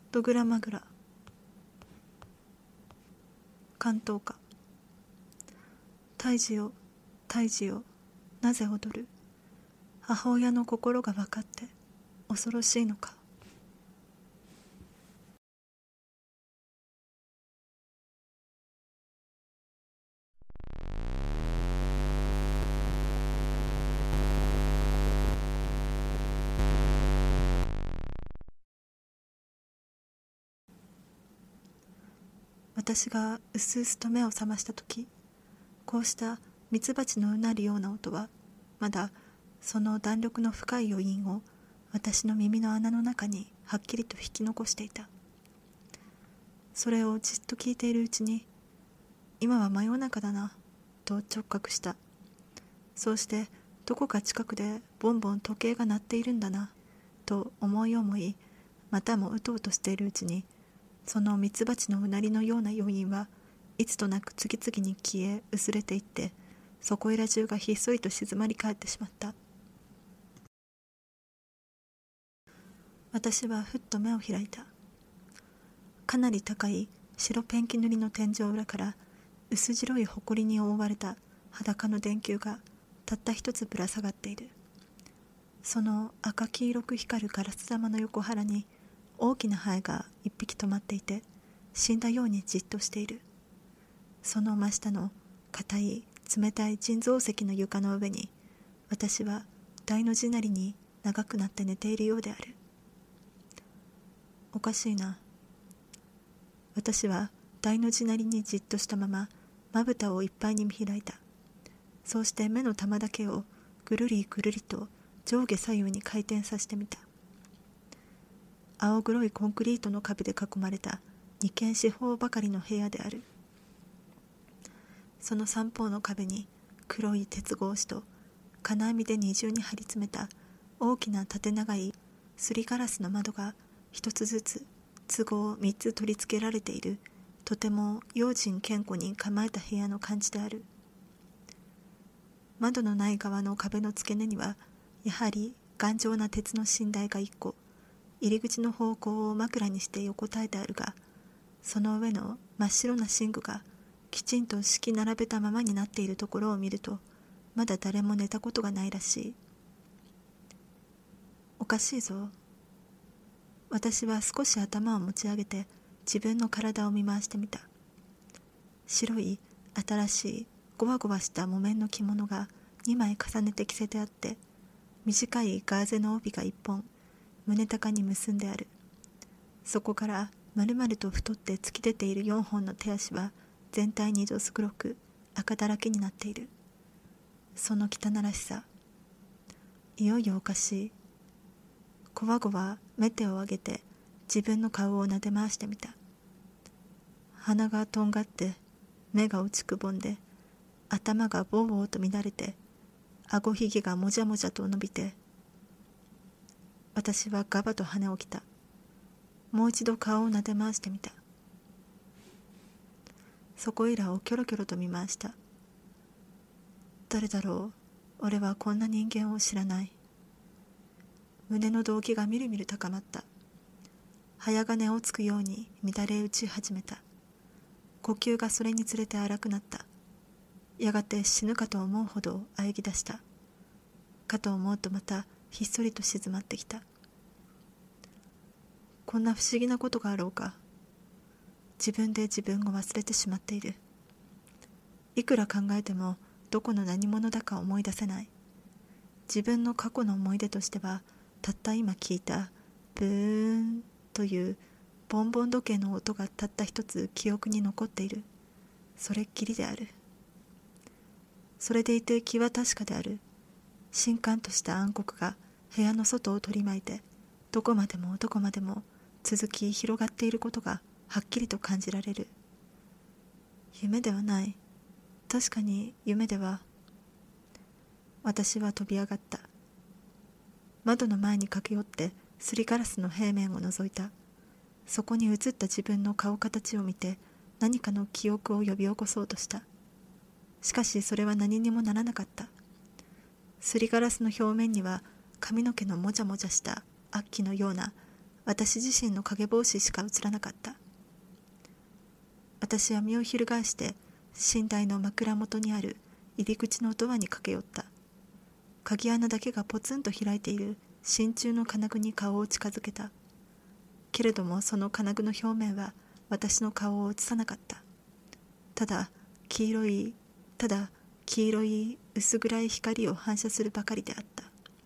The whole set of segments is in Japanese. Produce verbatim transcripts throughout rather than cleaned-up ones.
ドグラマグラ。関東歌。胎児よ胎児よなぜ踊る。母親の心が分かって恐ろしいのか。私がうすうすと目を覚ましたとき、こうしたミツバチのうなるような音はまだその弾力の深い余韻を私の耳の穴の中にはっきりと引き残していた。それをじっと聞いているうちに、今は真夜中だなと直覚した。そうしてどこか近くでボンボン時計が鳴っているんだなと思い思い、またもうとうとしているうちに、そのミツバチのうなりのような余韻はいつとなく次々に消え薄れていって、そこいら中がひっそりと静まり返ってしまった。私はふっと目を開いた。かなり高い白ペンキ塗りの天井裏から薄白い埃に覆われた裸の電球がたった一つぶら下がっている。その赤黄色く光るガラス玉の横腹に大きなハエが一匹止まっていて、死んだようにじっとしている。その真下の硬い冷たい人造石の床の上に、私は大の字なりに長くなって寝ているようである。おかしいな。私は大の字なりにじっとしたまままぶたをいっぱいに見開いた。そうして目の玉だけをぐるりぐるりと上下左右に回転させてみた。青黒いコンクリートの壁で囲まれた二間四方ばかりの部屋である。その三方の壁に黒い鉄格子と金網で二重に張り詰めた大きな縦長いすりガラスの窓が一つずつ都合三つ取り付けられている、とても用心健康に構えた部屋の感じである。窓のない側の壁の付け根にはやはり頑丈な鉄の寝台が一個、入り口の方向を枕にして横たえてあるが、その上の真っ白な寝具がきちんと敷き並べたままになっているところを見ると、まだ誰も寝たことがないらしい。おかしいぞ。私は少し頭を持ち上げて自分の体を見回してみた。白い新しいゴワゴワした木綿の着物がにまい重ねて着せてあって、短いガーゼの帯が一本胸高に結んである。そこから丸々と太って突き出ている四本の手足は全体にどす黒く赤だらけになっている。その汚らしさ、いよいよおかしい。こわごわ目手を上げて自分の顔を撫で回してみた。鼻がとんがって目が落ちくぼんで、頭がボーボーと乱れて、顎ひげがもじゃもじゃと伸びて、私はガバと跳ね起きた。もう一度顔を撫で回してみた。そこいらをキョロキョロと見回した。誰だろう。俺はこんな人間を知らない。胸の動悸がみるみる高まった。早金をつくように乱れ打ち始めた。呼吸がそれにつれて荒くなった。やがて死ぬかと思うほど喘ぎ出した。かと思うとまたひっそりと静まってきた。こんな不思議なことがあろうか。自分で自分を忘れてしまっている。いくら考えてもどこの何者だか思い出せない。自分の過去の思い出としては、たった今聞いたブーンというボンボン時計の音がたった一つ記憶に残っている。それっきりである。それでいて気は確かである。しんかんとした暗黒が部屋の外を取り巻いて、どこまでもどこまでも続き広がっていることがはっきりと感じられる。夢ではない。確かに夢では。私は飛び上がった。窓の前に駆け寄ってすりガラスの平面を覗いた。そこに映った自分の顔形を見て、何かの記憶を呼び起こそうとした。しかしそれは何にもならなかった。すりガラスの表面には髪の毛のもじゃもじゃした悪鬼のような私自身の影帽子しか映らなかった。私は身を翻して寝台の枕元にある入り口のドアに駆け寄った。鍵穴だけがポツンと開いている真鍮の金具に顔を近づけた。けれどもその金具の表面は私の顔を映さなかった。ただ黄色い、ただ黄色い薄暗い光を反射するばかりであった。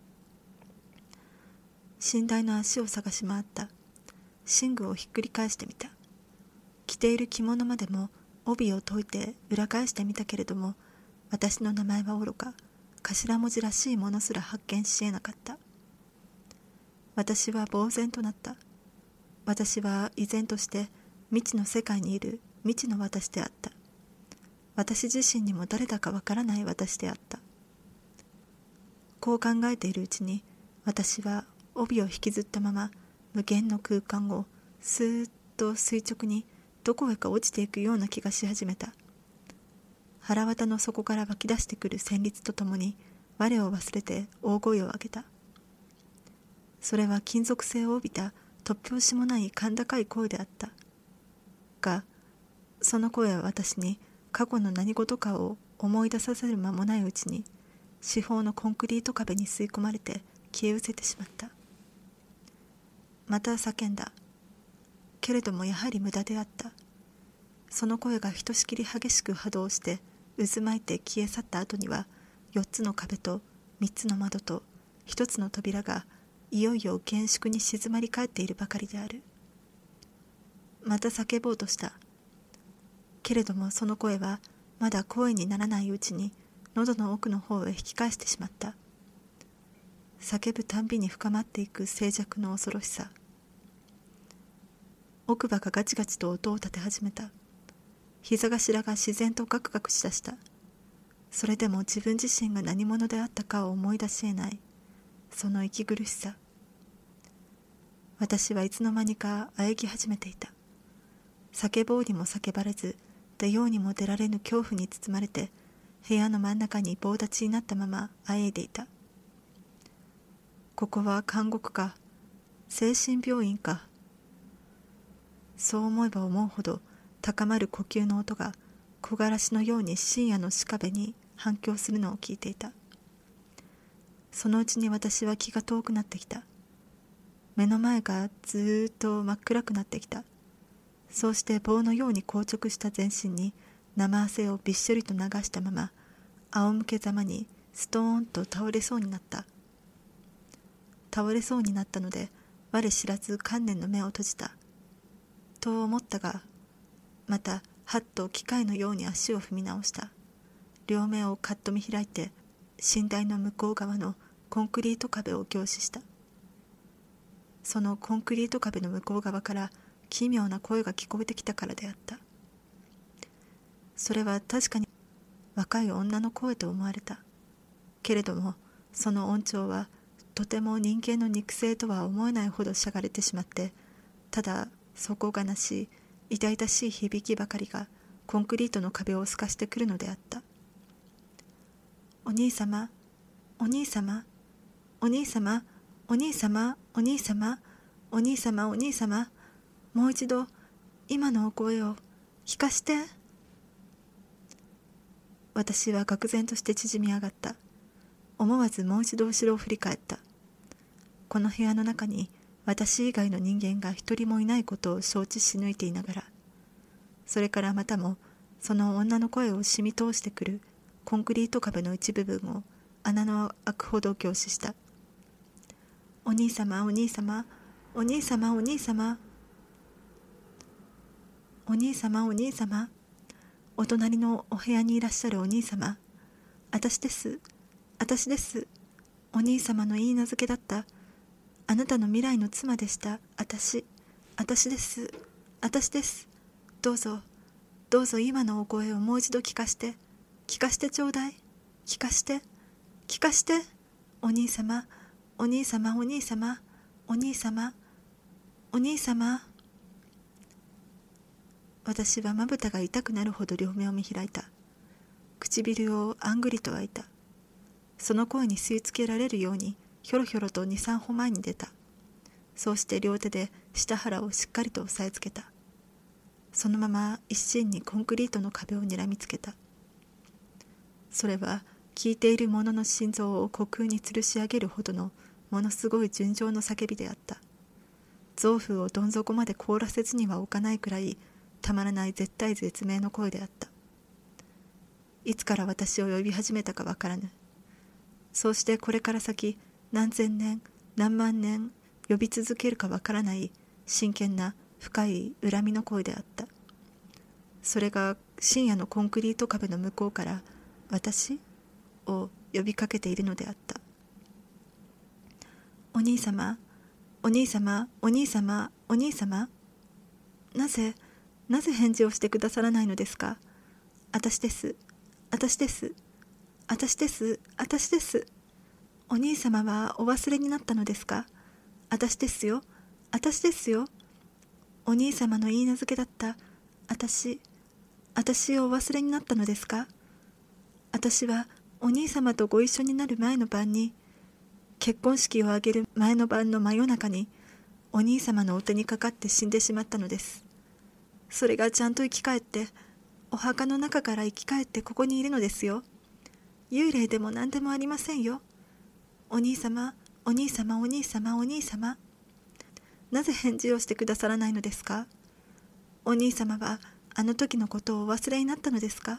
寝台の足を探し回った。寝具をひっくり返してみた。着ている着物までも帯を解いて裏返してみたけれども、私の名前はおろか、頭文字らしいものすら発見し得なかった。私は呆然となった。私は依然として未知の世界にいる未知の私であった。私自身にも誰だかわからない私であった。こう考えているうちに、私は帯を引きずったまま無限の空間をスーッと垂直にどこへか落ちていくような気がし始めた。腹綿の底から湧き出してくる旋律とともに我を忘れて大声を上げた。それは金属性を帯びた突拍子もない甲高い声であった。が、その声は私に過去の何事かを思い出させる間もないうちに四方のコンクリート壁に吸い込まれて消え失せてしまった。また叫んだ。けれどもやはり無駄であった。その声がひとしきり激しく波動して渦巻いて消え去った後には、四つの壁と三つの窓と一つの扉がいよいよ厳粛に静まり返っているばかりである。また叫ぼうとした。けれどもその声はまだ声にならないうちに喉の奥の方へ引き返してしまった。叫ぶたんびに深まっていく静寂の恐ろしさ。奥歯がガチガチと音を立て始めた。膝頭が自然とガクガクしだした。それでも自分自身が何者であったかを思い出し得ない、その息苦しさ。私はいつの間にかあえぎ始めていた。叫ぼうにも叫ばれず、出ようにも出られぬ恐怖に包まれて、部屋の真ん中に棒立ちになったままあえいでいた。ここは監獄か、精神病院か。そう思えば思うほど高まる呼吸の音が木枯らしのように深夜の歯壁に反響するのを聞いていた。そのうちに私は気が遠くなってきた。目の前がずーっと真っ暗くなってきた。そうして棒のように硬直した全身に生汗をびっしょりと流したまま、仰向けざまにストーンと倒れそうになった。倒れそうになったので、我知らず観念の目を閉じた。と思ったが、またはっと機械のように足を踏み直した。両目をかっと見開いて、寝台の向こう側のコンクリート壁を凝視した。そのコンクリート壁の向こう側から奇妙な声が聞こえてきたからであった。それは確かに若い女の声と思われた。けれどもその音調はとても人間の肉声とは思えないほどしゃがれてしまって、ただ底悲しい痛々しい響きばかりがコンクリートの壁を透かしてくるのであった。お兄様、お兄様、お兄様、お兄様、お兄様、お兄様、お兄様、もう一度今のお声を聞かして。私は愕然として縮み上がった。思わずもう一度後ろを振り返った。この部屋の中に私以外の人間が一人もいないことを承知し抜いていながら、それからまたもその女の声を染み通してくるコンクリート壁の一部分を穴の開くほど凝視した。お兄様、お兄様、お兄様、お兄様、お兄様、お兄様、お隣のお部屋にいらっしゃるお兄様、私です、私です、お兄様の言い名付けだった、あなたの未来の妻でした、私、私です、私です、どうぞ、どうぞ今のお声をもう一度聞かして、聞かしてちょうだい、聞かして、聞かして、お兄様、お兄様、お兄様、お兄様、お兄様。私はまぶたが痛くなるほど両目を見開いた。唇をあんぐりと開いた。その声に吸い付けられるようにひょろひょろと二三歩前に出た。 そうして両手で下腹をしっかりと押さえつけた。そのまま一心にコンクリートの壁を睨みつけた。それは聞いている者の心臓を虚空に吊るし上げるほどのものすごい純情の叫びであった。臓腑をどん底まで凍らせずには置かないくらいたまらない絶対絶命の声であった。いつから私を呼び始めたかわからぬ。そうしてこれから先何千年何万年呼び続けるかわからない真剣な深い恨みの声であった。それが深夜のコンクリート壁の向こうから私を呼びかけているのであった。お兄様、お兄様、お兄様、お兄様。なぜ、なぜ返事をしてくださらないのですか。私です、私です、私です、私です。お兄様はお忘れになったのですか。私ですよ、私ですよ。お兄様の言い名付けだった私、私をお忘れになったのですか。私はお兄様とご一緒になる前の晩に、結婚式を挙げる前の晩の真夜中に、お兄様のお手にかかって死んでしまったのです。それがちゃんと生き返って、お墓の中から生き返ってここにいるのですよ。幽霊でも何でもありませんよ。お兄様、お兄様、お兄様、お兄様。なぜ返事をしてくださらないのですか。お兄様はあの時のことをお忘れになったのですか。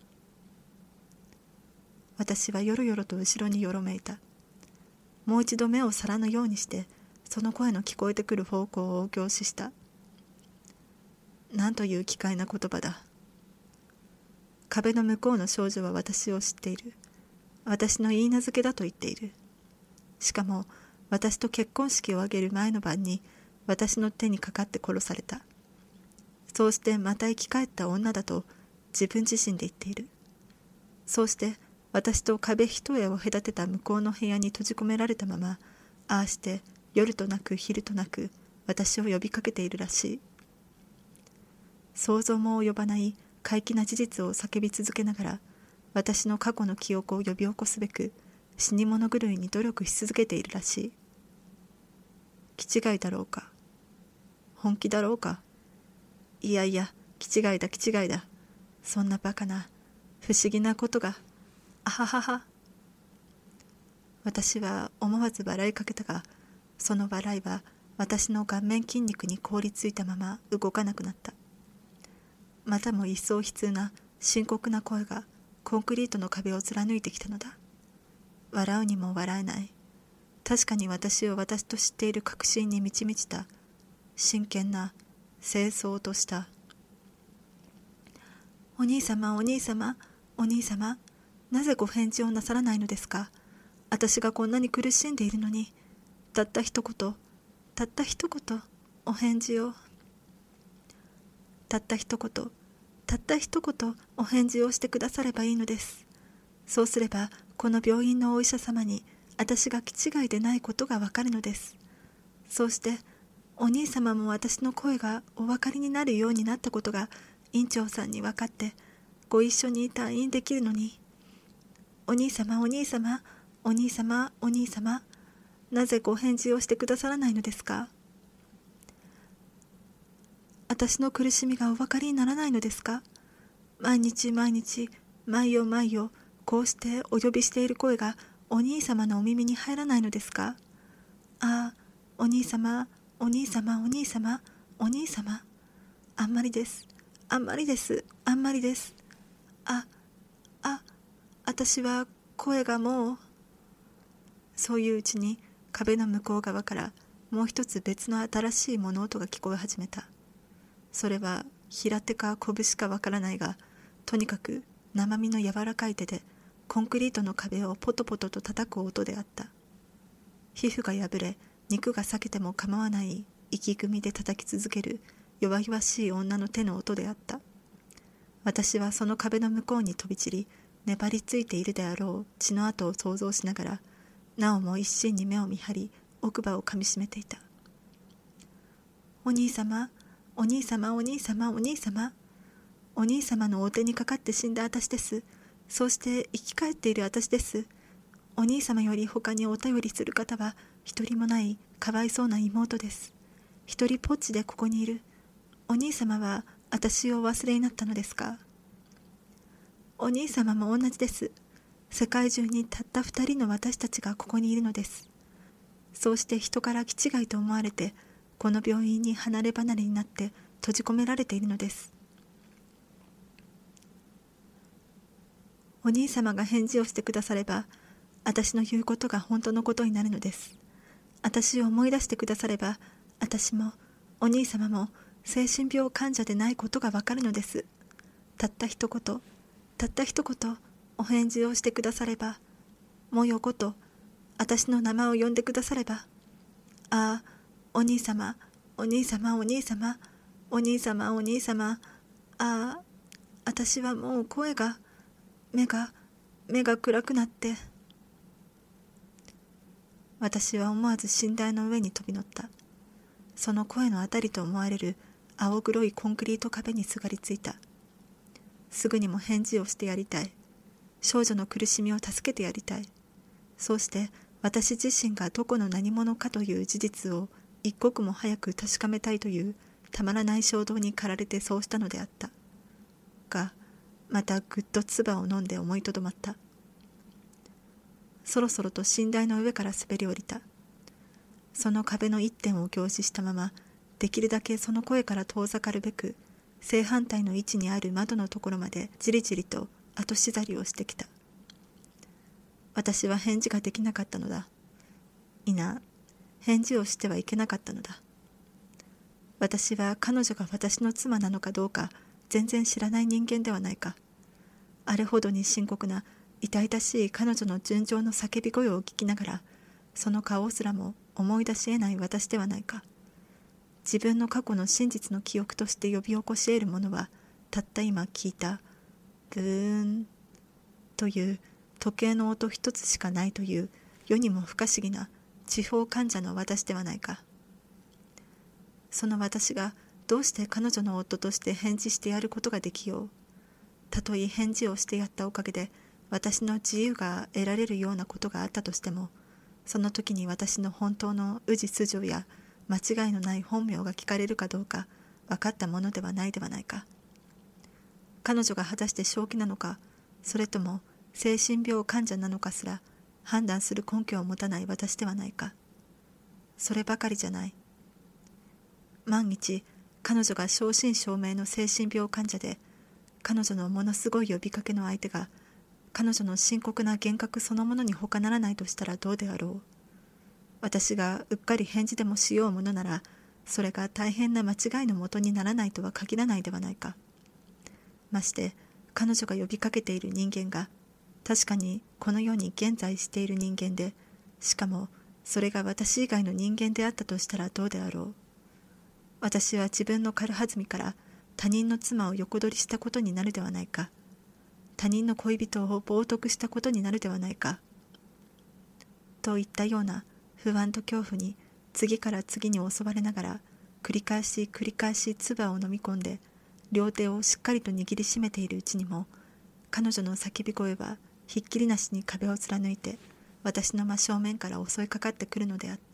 私はよろよろと後ろによろめいた。もう一度目を皿のようにしてその声の聞こえてくる方向を凝視した。なんという奇怪な言葉だ。壁の向こうの少女は私を知っている。私の言い名付けだと言っている。しかも私と結婚式を挙げる前の晩に私の手にかかって殺された。そうしてまた生き返った女だと自分自身で言っている。そうして私と壁一重を隔てた向こうの部屋に閉じ込められたまま、ああして夜となく昼となく私を呼びかけているらしい。想像も及ばない怪奇な事実を叫び続けながら、私の過去の記憶を呼び起こすべく死に物狂いに努力し続けているらしい。気違いだろうか、本気だろうか。いやいや、気違いだ気違いだ。そんなバカな不思議なことが。あははは。私は思わず笑いかけたが、その笑いは私の顔面筋肉に凍りついたまま動かなくなった。またも一層悲痛な深刻な声がコンクリートの壁を貫いてきたのだ。笑うにも笑えない。確かに私を私と知っている確信に満ち満ちた真剣な清掃とした。お兄様、お兄様、お兄様、なぜご返事をなさらないのですか。私がこんなに苦しんでいるのに、たった一言、たった一言、お返事を。たった一言、たった一言、お返事をしてくださればいいのです。そうすれば、この病院のお医者様に、私が気違いでないことがわかるのです。そうして、お兄様も私の声がお分かりになるようになったことが、院長さんに分かって、ご一緒に退院できるのに。お兄様、お兄様、お兄様、お兄様、なぜご返事をしてくださらないのですか。私の苦しみがお分かりにならないのですか。毎日毎日、毎夜毎夜、こうしてお呼びしている声がお兄様のお耳に入らないのですか。ああ、お兄様、お兄様、お兄様、お兄様、あんまりです、あんまりです、あんまりです。あ、あ、私は声がもう。そういううちに壁の向こう側からもう一つ別の新しい物音が聞こえ始めた。それは平手か拳かわからないが、とにかく生身の柔らかい手でコンクリートの壁をポトポトと叩く音であった。皮膚が破れ肉が裂けても構わない息組みで叩き続ける弱々しい女の手の音であった。私はその壁の向こうに飛び散り粘りついているであろう血の跡を想像しながら、なおも一心に目を見張り奥歯をかみしめていた。お兄様、お兄様、お兄様、お兄様、お兄様のお手にかかって死んだ私です。そうして生き返っている私です。お兄様より他にお頼りする方は一人もないかわいそうな妹です。一人ぽっちでここにいる。お兄様は私をお忘れになったのですか？お兄様も同じです。世界中にたった二人の私たちがここにいるのです。そうして人から気違いと思われて、この病院に離れ離れになって閉じ込められているのです。お兄様が返事をしてくだされば、私の言うことが本当のことになるのです。私を思い出してくだされば、私もお兄様も精神病患者でないことがわかるのです。たった一言、たった一言お返事をしてくだされば、もよごと私の名前を呼んでくだされば、ああ、お兄様、お兄様、お兄様、お兄様、お兄様、ああ、私はもう声が、目が、目が暗くなって、私は思わず寝台の上に飛び乗った。その声のあたりと思われる青黒いコンクリート壁にすがりついた。すぐにも返事をしてやりたい。少女の苦しみを助けてやりたい。そうして私自身がどこの何者かという事実を一刻も早く確かめたいというたまらない衝動に駆られてそうしたのであった。が、またぐっと唾を飲んで思いとどまった。そろそろと寝台の上から滑り降りた。その壁の一点を凝視したまま、できるだけその声から遠ざかるべく、正反対の位置にある窓のところまでじりじりと後しざりをしてきた。私は返事ができなかったのだ。いな、返事をしてはいけなかったのだ。私は彼女が私の妻なのかどうか全然知らない人間ではないか。あれほどに深刻な痛々しい彼女の純情の叫び声を聞きながら、その顔すらも思い出し得ない私ではないか。自分の過去の真実の記憶として呼び起こし得るものは、たった今聞いたブーンという時計の音一つしかないという世にも不可思議な地方患者の私ではないか。その私がどうして彼女の夫として返事してやることができよう。たとえ返事をしてやったおかげで私の自由が得られるようなことがあったとしても、その時に私の本当の氏素性や間違いのない本名が聞かれるかどうか分かったものではないではないか。彼女が果たして正気なのか、それとも精神病患者なのかすら判断する根拠を持たない私ではないか。そればかりじゃない。万一彼女が正真正銘の精神病患者で、彼女のものすごい呼びかけの相手が彼女の深刻な幻覚そのものに他ならないとしたらどうであろう。私がうっかり返事でもしようものなら、それが大変な間違いのもとにならないとは限らないではないか。まして彼女が呼びかけている人間が確かにこの世に現在している人間で、しかもそれが私以外の人間であったとしたらどうであろう。私は自分の軽はずみから他人の妻を横取りしたことになるではないか。他人の恋人を冒涜したことになるではないか。といったような不安と恐怖に次から次に襲われながら、繰り返し繰り返し唾を飲み込んで、両手をしっかりと握りしめているうちにも、彼女の叫び声はひっきりなしに壁を貫いて私の真正面から襲いかかってくるのであった。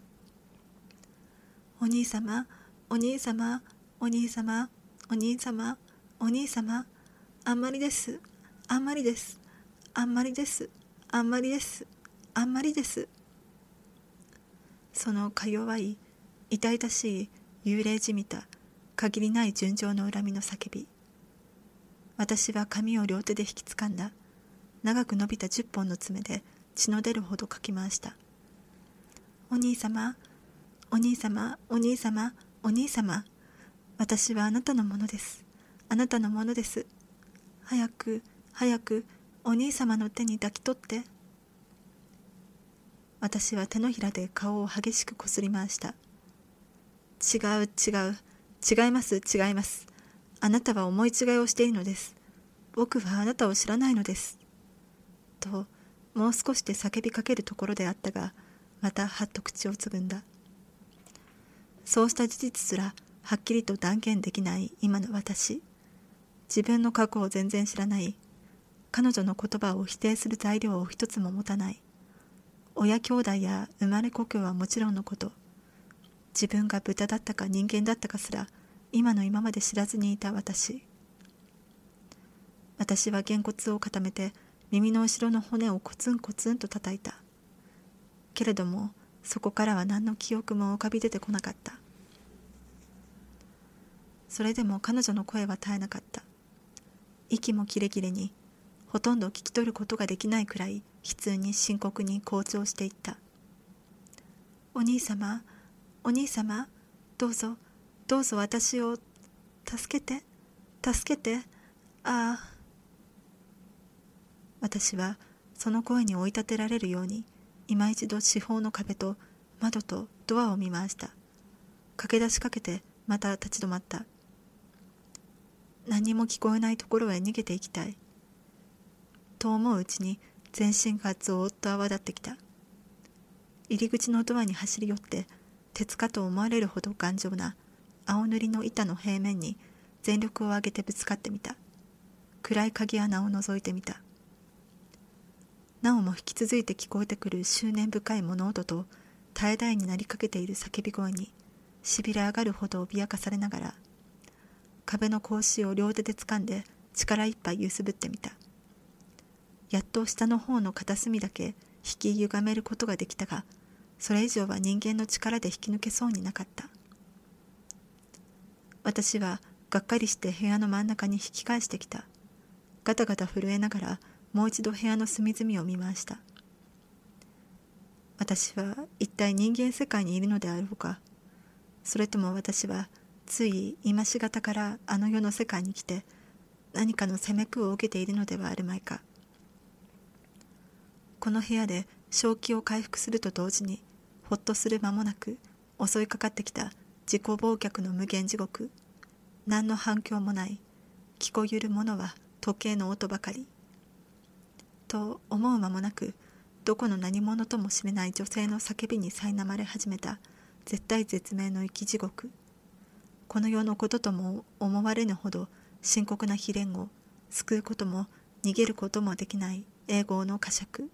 お兄様、お兄様、お兄様、お兄様、お兄様、あんまりです、あんまりです、あんまりです、あんまりです、あんまりです。そのか弱い、痛々しい、幽霊じみた、限りない純情の恨みの叫び。私は髪を両手で引きつかんだ。長く伸びた十本の爪で血の出るほどかき回した。お兄様、お兄様、お兄様、お兄様、私はあなたのものです。あなたのものです。早く、早く、お兄様の手に抱き取って。私は手のひらで顔を激しくこすり回した。違う、違う、違います、違います。あなたは思い違いをしているのです。僕はあなたを知らないのです。と、もう少しで叫びかけるところであったが、またはっと口をつぐんだ。そうした事実すらはっきりと断言できない今の私。自分の過去を全然知らない。彼女の言葉を否定する材料を一つも持たない。 親兄弟や生まれ故郷はもちろんのこと、自分が豚だったか人間だったかすら今の今まで知らずにいた私。私はげんこつを固めて耳の後ろの骨をコツンコツンと叩いた。けれどもそこからは何の記憶も浮かび出てこなかった。それでも彼女の声は絶えなかった。息もキレキレに、ほとんど聞き取ることができないくらい悲痛に深刻に好調していった。お兄様、お兄様、どうぞ、どうぞ私を助けて、助けて、ああ。私はその声に追い立てられるように、今一度四方の壁と窓とドアを見回した。駆け出しかけてまた立ち止まった。何にも聞こえないところへ逃げていきたい。と思ううちに全身がゾーッと泡立ってきた。入り口のドアに走り寄って、鉄かと思われるほど頑丈な青塗りの板の平面に全力を挙げてぶつかってみた。暗い鍵穴を覗いてみた。なおも引き続いて聞こえてくる執念深い物音と絶え絶えになりかけている叫び声にしびれ上がるほど脅かされながら、壁の格子を両手で掴んで力いっぱい揺すぶってみた。やっと下の方の片隅だけ引き歪めることができたが、それ以上は人間の力で引き抜けそうになかった。私はがっかりして部屋の真ん中に引き返してきた。ガタガタ震えながらもう一度部屋の隅々を見回した。私は一体人間世界にいるのであろうか。それとも私はつい今しがたからあの世の世界に来て何かの責め苦を受けているのではあるまいか。この部屋で正気を回復すると同時に、ほっとする間もなく襲いかかってきた自己忘却の無限地獄。何の反響もない、聞こゆるものは時計の音ばかり。と思う間もなく、どこの何者とも知れない女性の叫びに苛まれ始めた絶対絶命の生き地獄。この世のこととも思われぬほど深刻な悲恋を救うことも逃げることもできない永劫の呵責。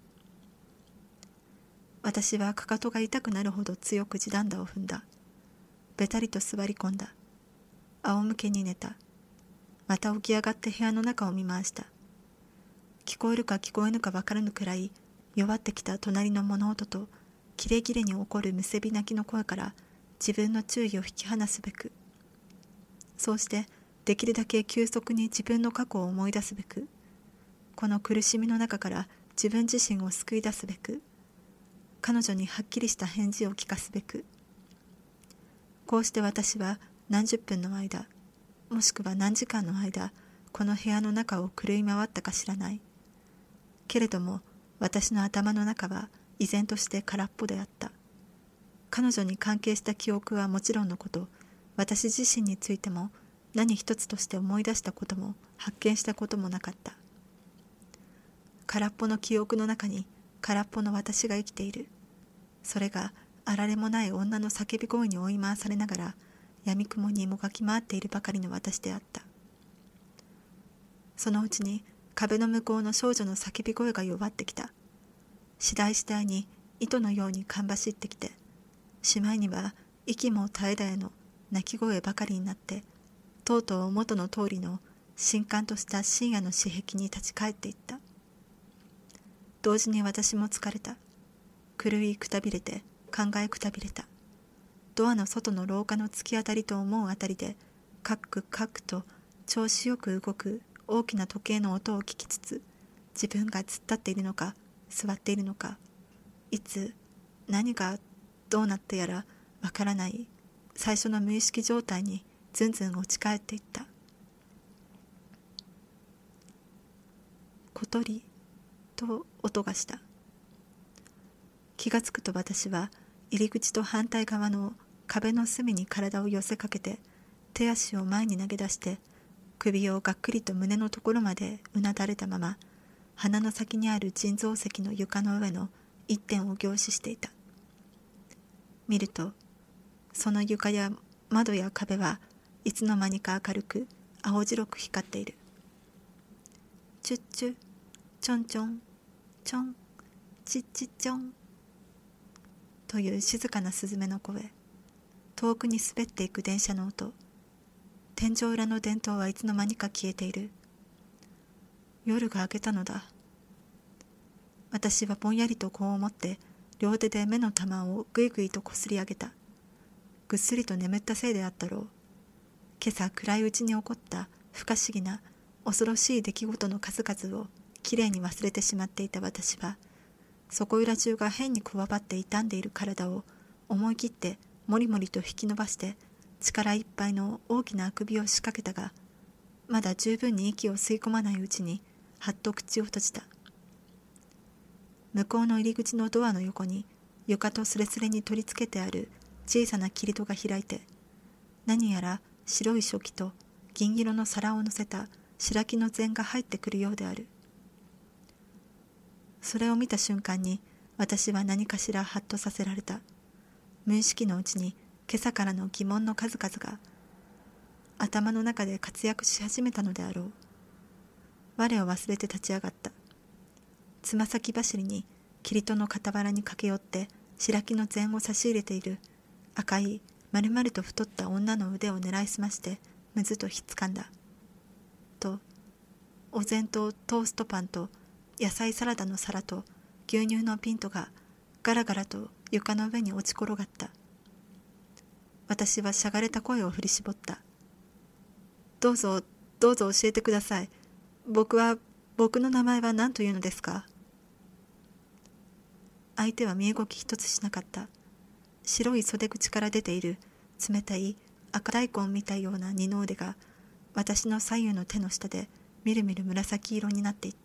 私はかかとが痛くなるほど強く地団打を踏んだ。べたりと座り込んだ。仰向けに寝た。また起き上がって部屋の中を見回した。聞こえるか聞こえぬか分からぬくらい弱ってきた隣の物音とキレキレに起こるむせび泣きの声から自分の注意を引き離すべく、そうしてできるだけ急速に自分の過去を思い出すべく、この苦しみの中から自分自身を救い出すべく、彼女にはっきりした返事を聞かすべく、こうして私は何十分の間、もしくは何時間の間、この部屋の中を狂い回ったか知らない。けれども私の頭の中は依然として空っぽであった。彼女に関係した記憶はもちろんのこと、私自身についても何一つとして思い出したことも発見したこともなかった。空っぽの記憶の中に空っぽの私が生きている。それがあられもない女の叫び声に追い回されながら闇雲にもがき回っているばかりの私であった。そのうちに壁の向こうの少女の叫び声が弱ってきた。次第次第に糸のようにかんばしってきて、しまいには息も絶え絶えの泣き声ばかりになって、とうとう元の通りの深寒とした深夜の私壁に立ち返っていった。同時に私も疲れた。狂いくたびれて考えくたびれた。ドアの外の廊下の突き当たりと思うあたりでカックカックと調子よく動く大きな時計の音を聞きつつ、自分が突っ立っているのか座っているのか、いつ何がどうなってやらわからない最初の無意識状態にずんずん落ち返っていった。ことりと音がした。気がつくと私は入り口と反対側の壁の隅に体を寄せかけて、手足を前に投げ出して首をがっくりと胸のところまでうなだれたまま、鼻の先にある腎臓石の床の上の一点を凝視していた。見るとその床や窓や壁はいつの間にか明るく青白く光っている。チュッチュ、チョンチョン、チョン、チッチッチョンという静かなスズメの声、遠くに滑っていく電車の音、天井裏の電灯はいつの間にか消えている。夜が明けたのだ。私はぼんやりとこう思って、両手で目の玉をぐいぐいとこすり上げた。ぐっすりと眠ったせいであったろう。今朝暗いうちに起こった不可思議な恐ろしい出来事の数々をきれいに忘れてしまっていた私は、そこいら中が変にこわばって傷んでいる体を思い切ってもりもりと引き伸ばして力いっぱいの大きなあくびを仕掛けたが、まだ十分に息を吸い込まないうちにはっと口を閉じた。向こうの入り口のドアの横に床とすれすれに取り付けてある小さな切り戸が開いて、何やら白い書記と銀色の皿を乗せた白木の膳が入ってくるようである。それを見た瞬間に私は何かしらハッとさせられた。無意識のうちに今朝からの疑問の数々が頭の中で活躍し始めたのであろう。我を忘れて立ち上がった。つま先走りに切り戸の傍らに駆け寄って白木の膳を差し入れている赤い丸々と太った女の腕を狙いすましてむずっとひっつかんだ。とお膳とトーストパンと野菜サラダの皿と牛乳のピントがガラガラと床の上に落ち転がった。私はしゃがれた声を振り絞った。どうぞどうぞ教えてください。僕は僕の名前は何というのですか？相手は身動き一つしなかった。白い袖口から出ている冷たい赤大根みたいような二の腕が私の左右の手の下でみるみる紫色になっていった。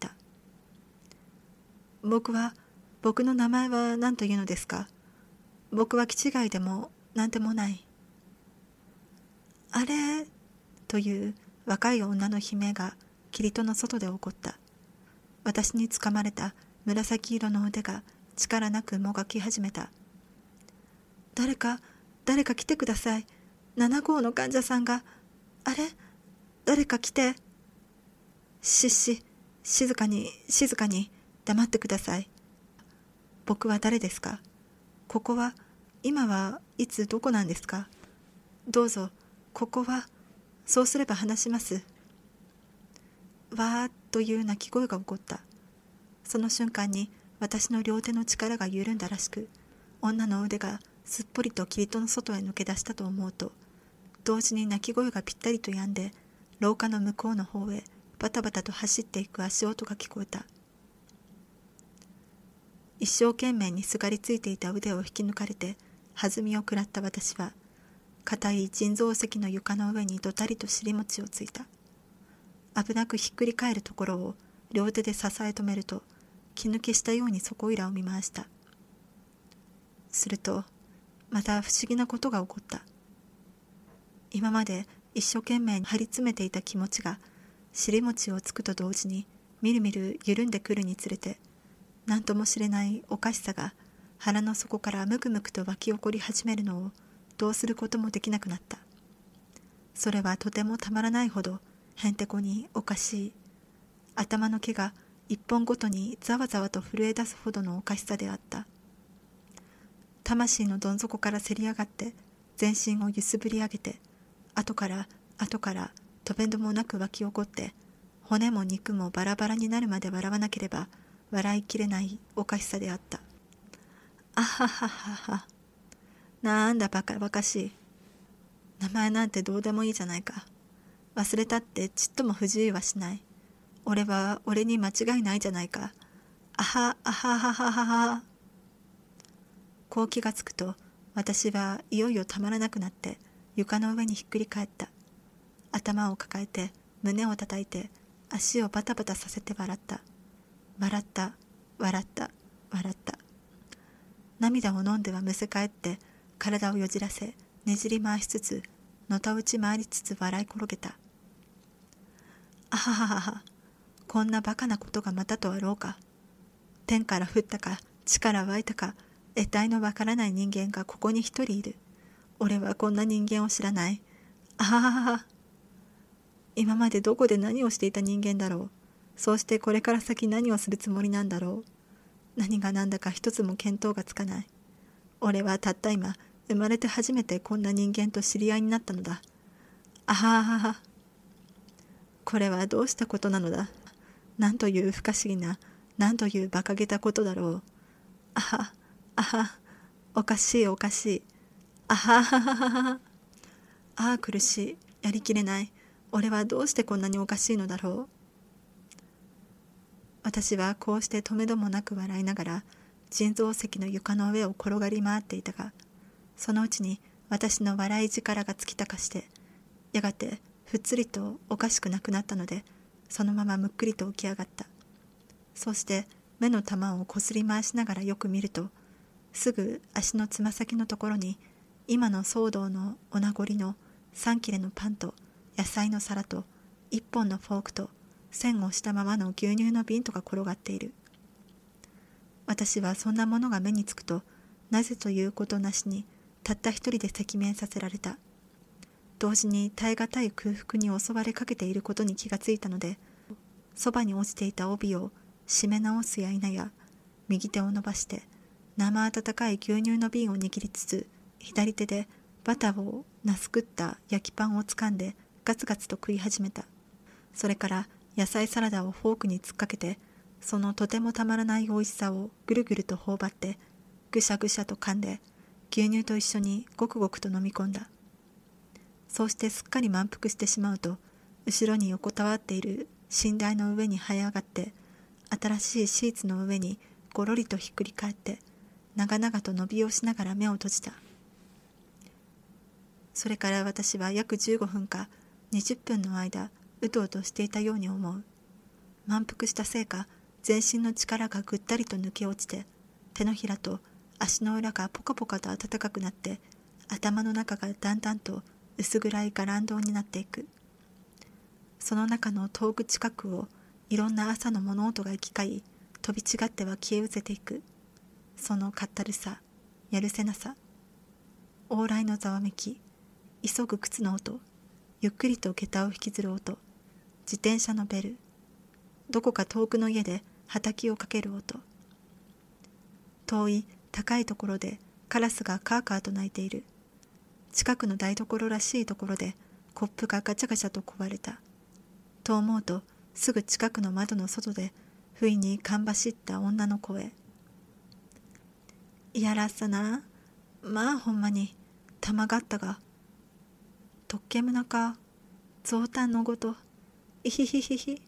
僕は僕の名前は何というのですか？僕は気違いでも何でもない。あれという若い女の悲鳴が切り戸の外で起こった。私につかまれた紫色の腕が力なくもがき始めた。誰か誰か来てください。なな号の患者さんが。あれ誰か来て。しし静かに静かに黙ってください。僕は誰ですか？ここは今はいつどこなんですか？どうぞここは。そうすれば話します。わーっという鳴き声が起こった。その瞬間に私の両手の力が緩んだらしく、女の腕がすっぽりと切り戸の外へ抜け出したと思うと、同時に鳴き声がぴったりと止んで、廊下の向こうの方へバタバタと走っていく足音が聞こえた。一生懸命にすがりついていた腕を引き抜かれて弾みを食らった私は、硬い人造石の床の上にどたりと尻餅をついた。危なくひっくり返るところを両手で支え止めると、気抜けしたようにそこいらを見回した。するとまた不思議なことが起こった。今まで一生懸命に張り詰めていた気持ちが尻餅をつくと同時にみるみる緩んでくるにつれて、何とも知れないおかしさが腹の底からむくむくと湧き起こり始めるのをどうすることもできなくなった。それはとてもたまらないほどへんてこにおかしい。頭の毛が一本ごとにざわざわと震え出すほどのおかしさであった。魂のどん底からせり上がって全身を揺すぶり上げて、後から後からとべんどもなく湧き起こって、骨も肉もバラバラになるまで笑わなければ笑いきれないおかしさであった。あはははは。なんだバカバカしい。名前なんてどうでもいいじゃないか。忘れたってちっとも不自由はしない。俺は俺に間違いないじゃないか。あはあははははは。こう気がつくと、私はいよいよたまらなくなって床の上にひっくり返った。頭を抱えて胸を叩いて足をバタバタさせて笑った。笑った笑った笑った。涙を飲んではむせ返って体をよじらせねじり回しつつのたうち回りつつ笑い転げた。あはははは。こんなバカなことがまたとあろうか。天から降ったか地から湧いたか得体のわからない人間がここに一人いる。俺はこんな人間を知らない。あはははは。今までどこで何をしていた人間だろう。そうしてこれから先何をするつもりなんだろう。何が何だか一つも見当がつかない。 俺はたった今、生まれて初めてこんな人間と知り合いになったのだ。あははは。これはどうしたことなのだ。なんという不可思議な、なんという馬鹿げたことだろう。あは、あは、おかしいおかしい。あははははは。ああ苦しい。やりきれない。俺はどうしてこんなにおかしいのだろう。私はこうしてとめどもなく笑いながら、人造石の床の上を転がり回っていたが、そのうちに私の笑い力が尽きたかして、やがてふっつりとおかしくなくなったので、そのままむっくりと起き上がった。そうして目の玉をこすり回しながらよく見ると、すぐ足のつま先のところに、今の騒動のお名残の三切れのパンと野菜の皿と一本のフォークと線をしたままの牛乳の瓶とか転がっている。私はそんなものが目につくと、なぜということなしにたった一人で赤面させられた。同時に耐え難い空腹に襲われかけていることに気がついたので、そばに落ちていた帯を締め直すや否や、右手を伸ばして生温かい牛乳の瓶を握りつつ、左手でバターをなすくった焼きパンをつかんでガツガツと食い始めた。それから野菜サラダをフォークに突っかけて、そのとてもたまらない美味しさをぐるぐると頬張ってぐしゃぐしゃと噛んで、牛乳と一緒にごくごくと飲み込んだ。そうしてすっかり満腹してしまうと、後ろに横たわっている寝台の上に這い上がって、新しいシーツの上にごろりとひっくり返って、長々と伸びをしながら目を閉じた。それから私は約じゅうごふんかにじゅっぷんの間、うとうとしていたように思う。満腹したせいか、全身の力がぐったりと抜け落ちて、手のひらと足の裏がポカポカと暖かくなって、頭の中がだんだんと薄暗い伽藍堂になっていく。その中の遠く近くをいろんな朝の物音が行き交い、飛び違っては消え失せていく。そのかったるさ、やるせなさ、往来のざわめき、急ぐ靴の音、ゆっくりと下駄を引きずる音、自転車のベル、どこか遠くの家で畑をかける音、遠い高いところでカラスがカーカーと鳴いている。近くの台所らしいところでコップがガチャガチャと壊れた。と思うと、すぐ近くの窓の外で不意にかんばしった女の声。いやらっさな。まあほんまに、たまがったが。とっけむなか、ぞうたんのごと、いひひひひ。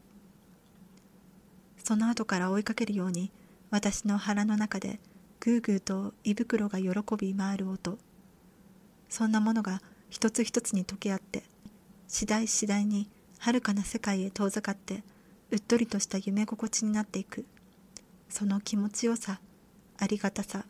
その後から追いかけるように、私の腹の中でぐーぐーと胃袋が喜び回る音。そんなものが一つ一つに溶け合って、次第次第に遥かな世界へ遠ざかって、うっとりとした夢心地になっていく。その気持ちよさ、ありがたさ。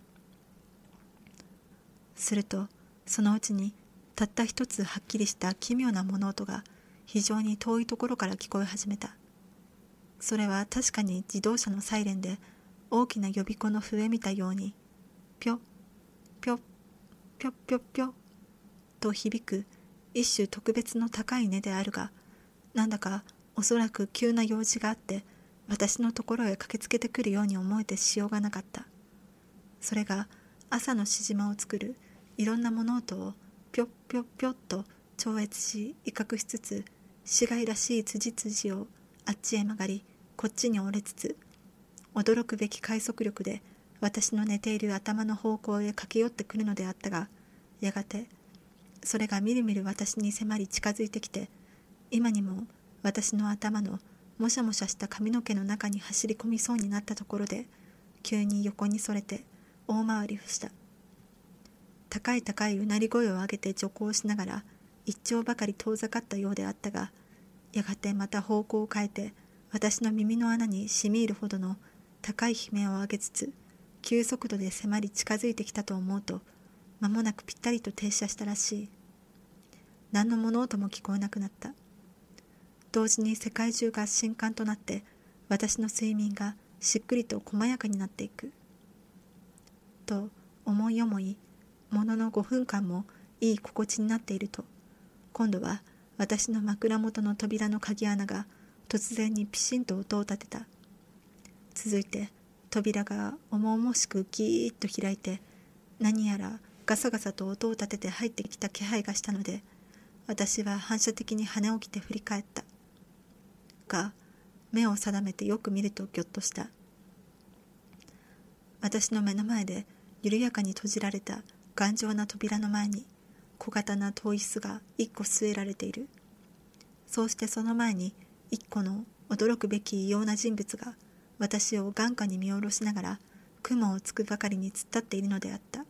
すると、そのうちにたった一つはっきりした奇妙な物音が非常に遠いところから聞こえ始めた。それは確かに自動車のサイレンで、大きな予備庫の笛見たように、ぴょ、ぴょ、ぴょぴょぴょ、と響く一種特別の高い音であるが、なんだかおそらく急な用事があって、私のところへ駆けつけてくるように思えてしようがなかった。それが朝のしじまを作るいろんな物音をぴょっぴょっぴょっと超越し威嚇しつつ、死骸らしい辻辻をあっちへ曲がり、こっちに折れつつ、驚くべき快速力で私の寝ている頭の方向へ駆け寄ってくるのであったが、やがてそれがみるみる私に迫り近づいてきて、今にも私の頭のもしゃもしゃした髪の毛の中に走り込みそうになったところで、急に横にそれて大回りをした。高い高いうなり声を上げて徐行しながら一丁ばかり遠ざかったようであったが、やがてまた方向を変えて私の耳の穴にしみ入るほどの高い悲鳴を上げつつ、急速度で迫り近づいてきたと思うと、間もなくぴったりと停車したらしい。何の物音も聞こえなくなった。同時に世界中が震撼となって、私の睡眠がしっくりと細やかになっていく。と思い思い、もののごふんかんもいい心地になっていると、今度は私の枕元の扉の鍵穴が突然にピシンと音を立てた。続いて扉が重々しくギーッと開いて、 何やらガサガサと音を立てて入ってきた気配がしたので、私は反射的に羽を着て振り返った。が、目を定めてよく見るとぎょっとした。私の目の前で緩やかに閉じられた頑丈な扉の前に小型な砥椅子が一個据えられている。そうしてその前に一個の驚くべき異様な人物が私を眼下に見下ろしながら雲をつくばかりに突っ立っているのであった。